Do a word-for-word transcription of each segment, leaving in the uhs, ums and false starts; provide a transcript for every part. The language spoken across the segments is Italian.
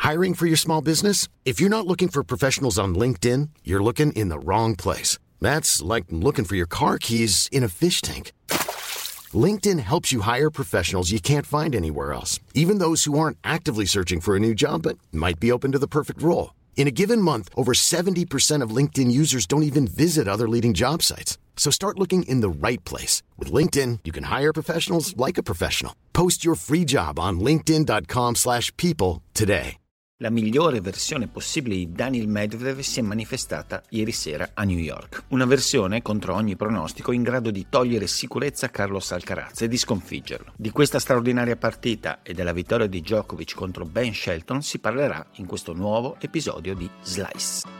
Hiring for your small business? If you're not looking for professionals on LinkedIn, you're looking in the wrong place. That's like looking for your car keys in a fish tank. LinkedIn helps you hire professionals you can't find anywhere else, even those who aren't actively searching for a new job but might be open to the perfect role. In a given month, over seventy percent of LinkedIn users don't even visit other leading job sites. So start looking in the right place. With LinkedIn, you can hire professionals like a professional. Post your free job on linkedin dot com slash people today. La migliore versione possibile di Daniil Medvedev si è manifestata ieri sera a New York. Una versione contro ogni pronostico in grado di togliere sicurezza a Carlos Alcaraz e di sconfiggerlo. Di questa straordinaria partita e della vittoria di Djokovic contro Ben Shelton si parlerà in questo nuovo episodio di Slice.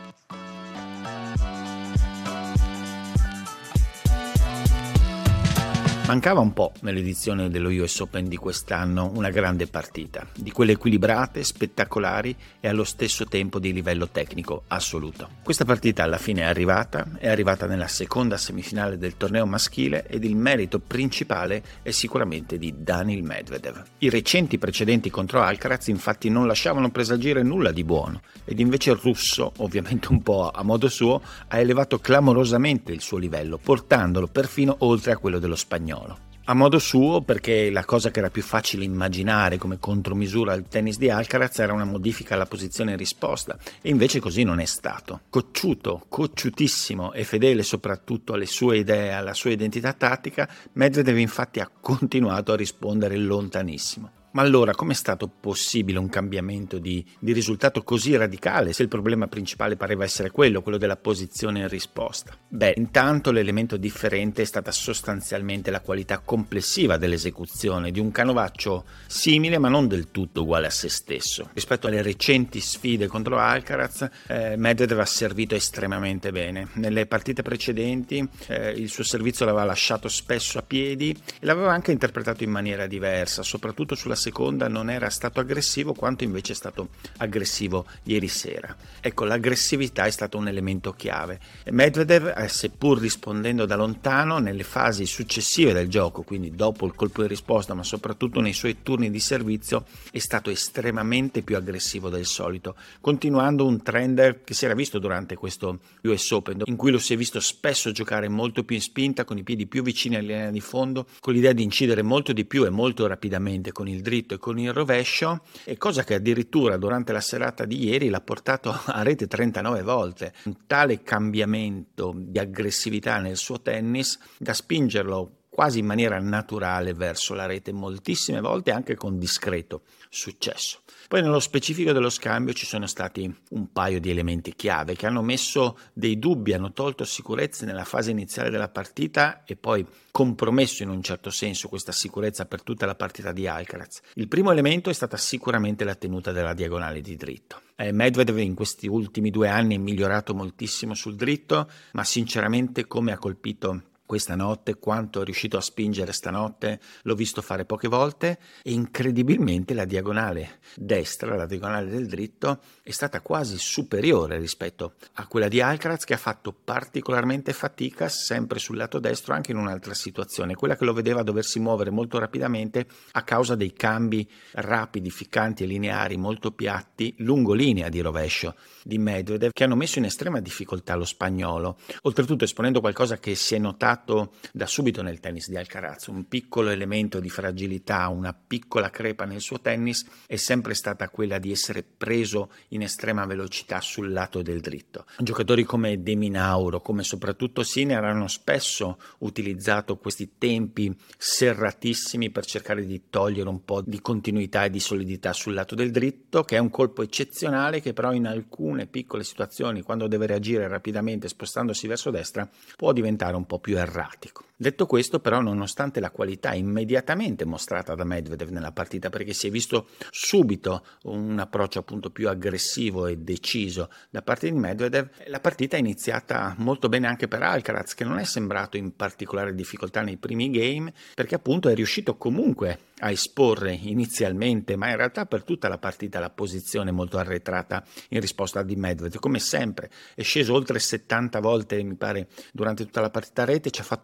Mancava un po' nell'edizione dello U S Open di quest'anno una grande partita, di quelle equilibrate, spettacolari e allo stesso tempo di livello tecnico assoluto. Questa partita alla fine è arrivata, è arrivata nella seconda semifinale del torneo maschile ed il merito principale è sicuramente di Daniil Medvedev. I recenti precedenti contro Alcaraz infatti non lasciavano presagire nulla di buono ed invece il russo, ovviamente un po' a modo suo, ha elevato clamorosamente il suo livello, portandolo perfino oltre a quello dello spagnolo. A modo suo, perché la cosa che era più facile immaginare come contromisura al tennis di Alcaraz era una modifica alla posizione in risposta, e invece così non è stato. Cocciuto, cocciutissimo e fedele soprattutto alle sue idee, alla sua identità tattica, Medvedev infatti ha continuato a rispondere lontanissimo. Ma allora com'è stato possibile un cambiamento di, di risultato così radicale se il problema principale pareva essere quello, quello della posizione in risposta? Beh, intanto l'elemento differente è stata sostanzialmente la qualità complessiva dell'esecuzione di un canovaccio simile ma non del tutto uguale a se stesso. Rispetto alle recenti sfide contro Alcaraz, eh, Medvedev ha servito estremamente bene. Nelle partite precedenti eh, il suo servizio l'aveva lasciato spesso a piedi e l'aveva anche interpretato in maniera diversa, soprattutto sulla seconda non era stato aggressivo quanto invece è stato aggressivo ieri sera. Ecco, l'aggressività è stato un elemento chiave. Medvedev, eh, seppur rispondendo da lontano, nelle fasi successive del gioco, quindi dopo il colpo di risposta, ma soprattutto nei suoi turni di servizio, è stato estremamente più aggressivo del solito, continuando un trend che si era visto durante questo U S Open, in cui lo si è visto spesso giocare molto più in spinta, con i piedi più vicini alla linea di fondo, con l'idea di incidere molto di più e molto rapidamente con il dritto e con il rovescio, e cosa che addirittura durante la serata di ieri l'ha portato a rete trentanove volte. Un tale cambiamento di aggressività nel suo tennis da spingerlo quasi in maniera naturale verso la rete moltissime volte, anche con discreto successo. Poi nello specifico dello scambio ci sono stati un paio di elementi chiave che hanno messo dei dubbi, hanno tolto sicurezze nella fase iniziale della partita e poi compromesso in un certo senso questa sicurezza per tutta la partita di Alcaraz. Il primo elemento è stata sicuramente la tenuta della diagonale di dritto. Eh, Medvedev in questi ultimi due anni è migliorato moltissimo sul dritto, ma sinceramente come ha colpito questa notte, quanto è riuscito a spingere stanotte, l'ho visto fare poche volte, e incredibilmente la diagonale destra, la diagonale del dritto, è stata quasi superiore rispetto a quella di Alcaraz, che ha fatto particolarmente fatica sempre sul lato destro anche in un'altra situazione, quella che lo vedeva doversi muovere molto rapidamente a causa dei cambi rapidi, ficcanti e lineari molto piatti lungo linea di rovescio di Medvedev, che hanno messo in estrema difficoltà lo spagnolo, oltretutto esponendo qualcosa che si è notato da subito nel tennis di Alcaraz, un piccolo elemento di fragilità, una piccola crepa nel suo tennis è sempre stata quella di essere preso in estrema velocità sul lato del dritto. Giocatori come De Minauro, come soprattutto Sinner, hanno spesso utilizzato questi tempi serratissimi per cercare di togliere un po' di continuità e di solidità sul lato del dritto, che è un colpo eccezionale che però in alcune piccole situazioni, quando deve reagire rapidamente spostandosi verso destra, può diventare un po' più erratico. Detto questo, però, nonostante la qualità immediatamente mostrata da Medvedev nella partita, perché si è visto subito un approccio appunto più aggressivo e deciso da parte di Medvedev, la partita è iniziata molto bene anche per Alcaraz, che non è sembrato in particolare difficoltà nei primi game, perché appunto è riuscito comunque a esporre inizialmente, ma in realtà per tutta la partita, la posizione molto arretrata in risposta di Medvedev. Come sempre è sceso oltre settanta volte, mi pare, durante tutta la partita a rete, ci ha fatto l'ottanta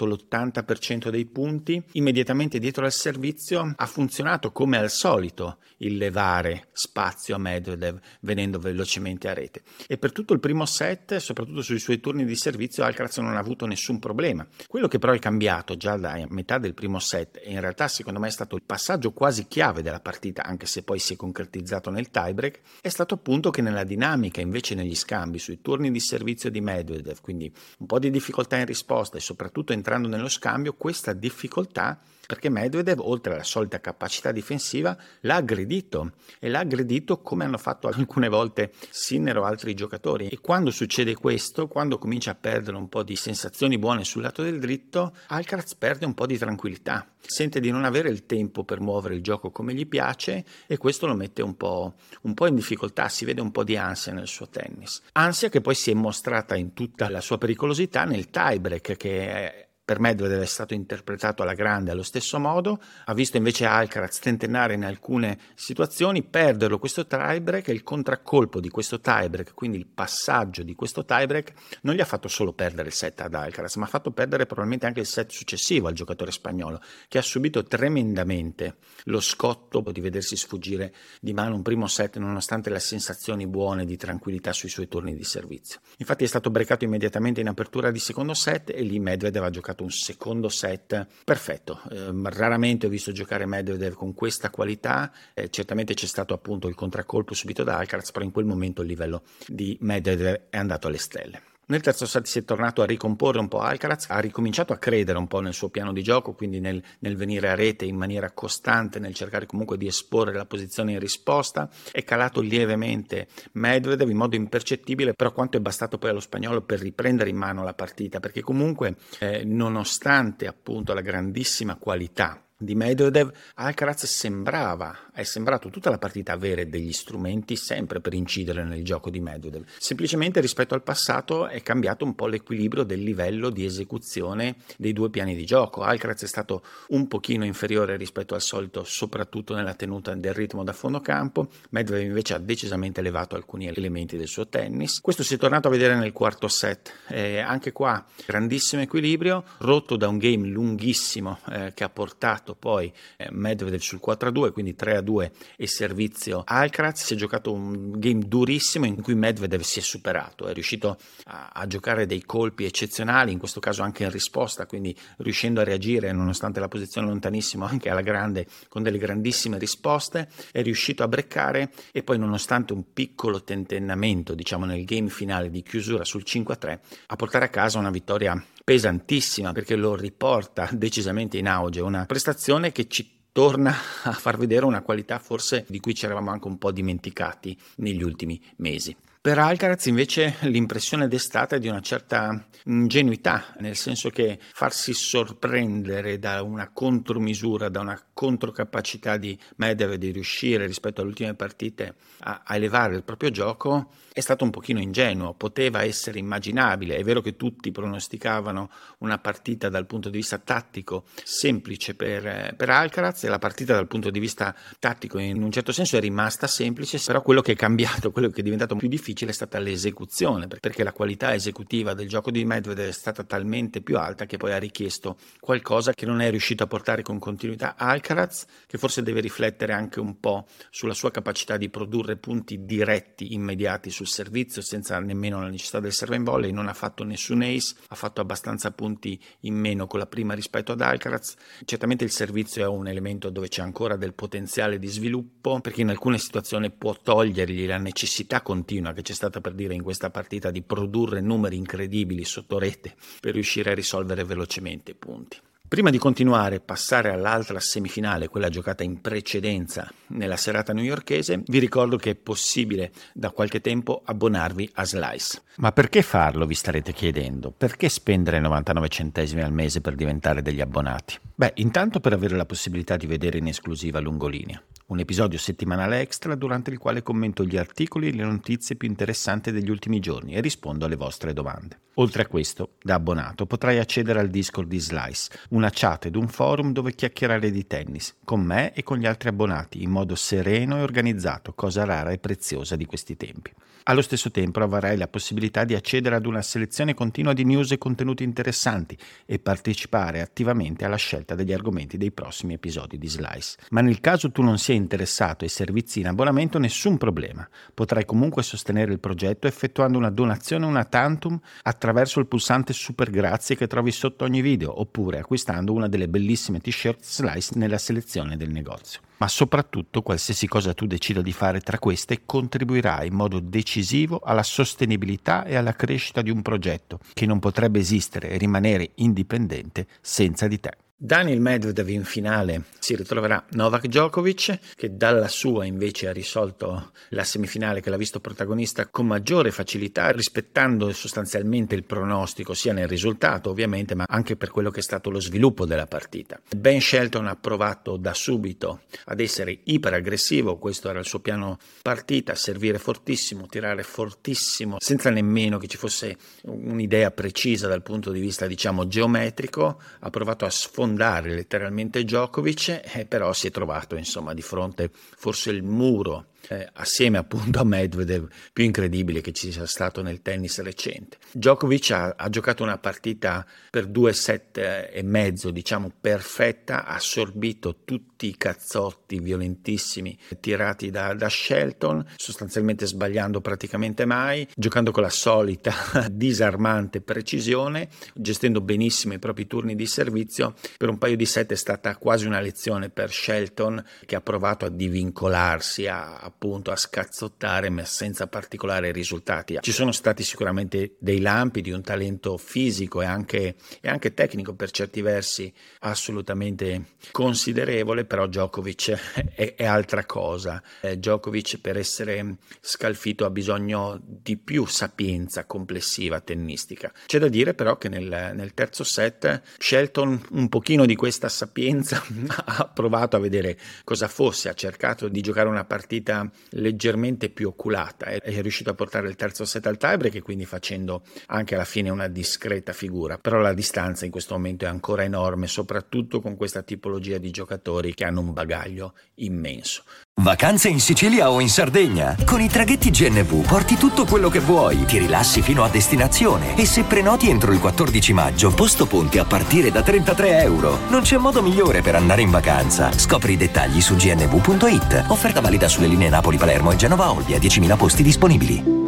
l'ottanta per cento dei punti, immediatamente dietro al servizio ha funzionato come al solito il levare spazio a Medvedev venendo velocemente a rete. E per tutto il primo set, soprattutto sui suoi turni di servizio, Alcaraz non ha avuto nessun problema. Quello che però è cambiato già da metà del primo set, e in realtà secondo me è stato il passaggio quasi chiave della partita, anche se poi si è concretizzato nel tiebreak, è stato appunto che nella dinamica, invece negli scambi, sui turni di servizio di Medvedev, quindi un po' di difficoltà in risposta e soprattutto entrando nello scambio, questa difficoltà, perché Medvedev, oltre alla solita capacità difensiva, l'ha aggredito e l'ha aggredito come hanno fatto alcune volte Sinner o altri giocatori. E quando succede questo, quando comincia a perdere un po' di sensazioni buone sul lato del dritto, Alcaraz perde un po' di tranquillità, sente di non avere il tempo per muovere il gioco come gli piace e questo lo mette un po', un po' in difficoltà, si vede un po' di ansia nel suo tennis. Ansia che poi si è mostrata in tutta la sua pericolosità nel tiebreak, che è per Medvedev è stato interpretato alla grande allo stesso modo, ha visto invece Alcaraz tentennare in alcune situazioni, perderlo questo tiebreak e il contraccolpo di questo tiebreak, quindi il passaggio di questo tiebreak, non gli ha fatto solo perdere il set ad Alcaraz, ma ha fatto perdere probabilmente anche il set successivo al giocatore spagnolo, che ha subito tremendamente lo scotto di vedersi sfuggire di mano un primo set nonostante le sensazioni buone di tranquillità sui suoi turni di servizio. Infatti è stato breakato immediatamente in apertura di secondo set e lì Medvedev ha giocato un secondo set perfetto. Eh, raramente ho visto giocare Medvedev con questa qualità, eh, certamente c'è stato appunto il contraccolpo subito da Alcaraz, però in quel momento il livello di Medvedev è andato alle stelle. Nel terzo set si è tornato a ricomporre un po' Alcaraz, ha ricominciato a credere un po' nel suo piano di gioco, quindi nel, nel venire a rete in maniera costante, nel cercare comunque di esporre la posizione in risposta. È calato lievemente Medvedev in modo impercettibile, però quanto è bastato poi allo spagnolo per riprendere in mano la partita, perché comunque eh, nonostante appunto la grandissima qualità di Medvedev, Alcaraz sembrava, è sembrato tutta la partita avere degli strumenti sempre per incidere nel gioco di Medvedev. Semplicemente rispetto al passato è cambiato un po' l'equilibrio del livello di esecuzione dei due piani di gioco. Alcaraz è stato un pochino inferiore rispetto al solito, soprattutto nella tenuta del ritmo da fondo campo. Medvedev invece ha decisamente elevato alcuni elementi del suo tennis. Questo si è tornato a vedere nel quarto set. Eh, anche qua grandissimo equilibrio, rotto da un game lunghissimo eh, che ha portato poi eh, Medvedev sul quattro a due, quindi tre a due e servizio Alcaraz. Si è giocato un game durissimo in cui Medvedev si è superato, è riuscito a, a giocare dei colpi eccezionali, in questo caso anche in risposta, quindi riuscendo a reagire nonostante la posizione lontanissima anche alla grande con delle grandissime risposte, è riuscito a breccare e poi nonostante un piccolo tentennamento diciamo nel game finale di chiusura sul cinque a tre a portare a casa una vittoria pesantissima, perché lo riporta decisamente in auge, una prestazione che ci torna a far vedere una qualità forse di cui ci eravamo anche un po' dimenticati negli ultimi mesi. Per Alcaraz invece l'impressione destata è di una certa ingenuità, nel senso che farsi sorprendere da una contromisura, da una controcapacità di Medvedev di riuscire rispetto alle ultime partite a, a elevare il proprio gioco è stato un pochino ingenuo, poteva essere immaginabile. È vero che tutti pronosticavano una partita dal punto di vista tattico semplice per, per Alcaraz, e la partita dal punto di vista tattico in un certo senso è rimasta semplice, però quello che è cambiato, quello che è diventato più difficile è stata l'esecuzione, perché la qualità esecutiva del gioco di Medvedev è stata talmente più alta che poi ha richiesto qualcosa che non è riuscito a portare con continuità Alcaraz, che forse deve riflettere anche un po' sulla sua capacità di produrre punti diretti, immediati sul servizio, senza nemmeno la necessità del serve in volley. Non ha fatto nessun ace, ha fatto abbastanza punti in meno con la prima rispetto ad Alcaraz. Certamente il servizio è un elemento dove c'è ancora del potenziale di sviluppo, perché in alcune situazioni può togliergli la necessità continua che c'è stata per dire in questa partita di produrre numeri incredibili sotto rete per riuscire a risolvere velocemente i punti. Prima di continuare e passare all'altra semifinale, quella giocata in precedenza nella serata newyorkese, vi ricordo che è possibile da qualche tempo abbonarvi a Slice. Ma perché farlo, vi starete chiedendo? Perché spendere novantanove centesimi al mese per diventare degli abbonati? Beh, intanto per avere la possibilità di vedere in esclusiva Lungolinea, un episodio settimanale extra durante il quale commento gli articoli e le notizie più interessanti degli ultimi giorni e rispondo alle vostre domande. Oltre a questo, da abbonato potrai accedere al Discord di Slice, una chat ed un forum dove chiacchierare di tennis, con me e con gli altri abbonati, in modo sereno e organizzato, cosa rara e preziosa di questi tempi. Allo stesso tempo avrai la possibilità di accedere ad una selezione continua di news e contenuti interessanti e partecipare attivamente alla scelta degli argomenti dei prossimi episodi di Slice. Ma nel caso tu non sia interessato ai servizi in abbonamento, nessun problema. Potrai comunque sostenere il progetto effettuando una donazione una tantum attraverso il pulsante Super Grazie che trovi sotto ogni video, oppure acquistando una delle bellissime t-shirt Slice nella selezione del negozio. Ma soprattutto, qualsiasi cosa tu decida di fare tra queste, contribuirà in modo decisivo alla sostenibilità e alla crescita di un progetto che non potrebbe esistere e rimanere indipendente senza di te. Daniil Medvedev in finale si ritroverà Novak Djokovic, che dalla sua invece ha risolto la semifinale che l'ha visto protagonista con maggiore facilità, rispettando sostanzialmente il pronostico sia nel risultato ovviamente, ma anche per quello che è stato lo sviluppo della partita. Ben Shelton ha provato da subito ad essere iperaggressivo, questo era il suo piano partita, servire fortissimo, tirare fortissimo, senza nemmeno che ci fosse un'idea precisa dal punto di vista diciamo geometrico. Ha provato a sfondare letteralmente Djokovic, eh, però si è trovato insomma di fronte forse il muro eh, assieme appunto a Medvedev più incredibile che ci sia stato nel tennis recente. Djokovic ha, ha giocato una partita per due set e mezzo diciamo perfetta, ha assorbito tutti i cazzotti violentissimi tirati da, da Shelton, sostanzialmente sbagliando praticamente mai, giocando con la solita disarmante precisione, gestendo benissimo i propri turni di servizio. Per un paio di set è stata quasi una lezione per Shelton, che ha provato a divincolarsi, a, appunto a scazzottare, ma senza particolari risultati. Ci sono stati sicuramente dei lampi di un talento fisico e anche, e anche tecnico per certi versi assolutamente considerevole, però Djokovic è, è altra cosa. Eh, Djokovic per essere scalfito ha bisogno di più sapienza complessiva tennistica. C'è da dire però che nel, nel terzo set Shelton un pochino di questa sapienza ha provato a vedere cosa fosse, ha cercato di giocare una partita leggermente più oculata, è riuscito a portare il terzo set al tiebreak e quindi facendo anche alla fine una discreta figura, però la distanza in questo momento è ancora enorme, soprattutto con questa tipologia di giocatori che hanno un bagaglio immenso. Vacanze in Sicilia o in Sardegna? Con i traghetti G N V porti tutto quello che vuoi, ti rilassi fino a destinazione e se prenoti entro il quattordici maggio, posto ponti a partire da trentatré euro. Non c'è modo migliore per andare in vacanza. Scopri i dettagli su g n v punto i t. Offerta valida sulle linee Napoli-Palermo e Genova-Olbia, diecimila posti disponibili.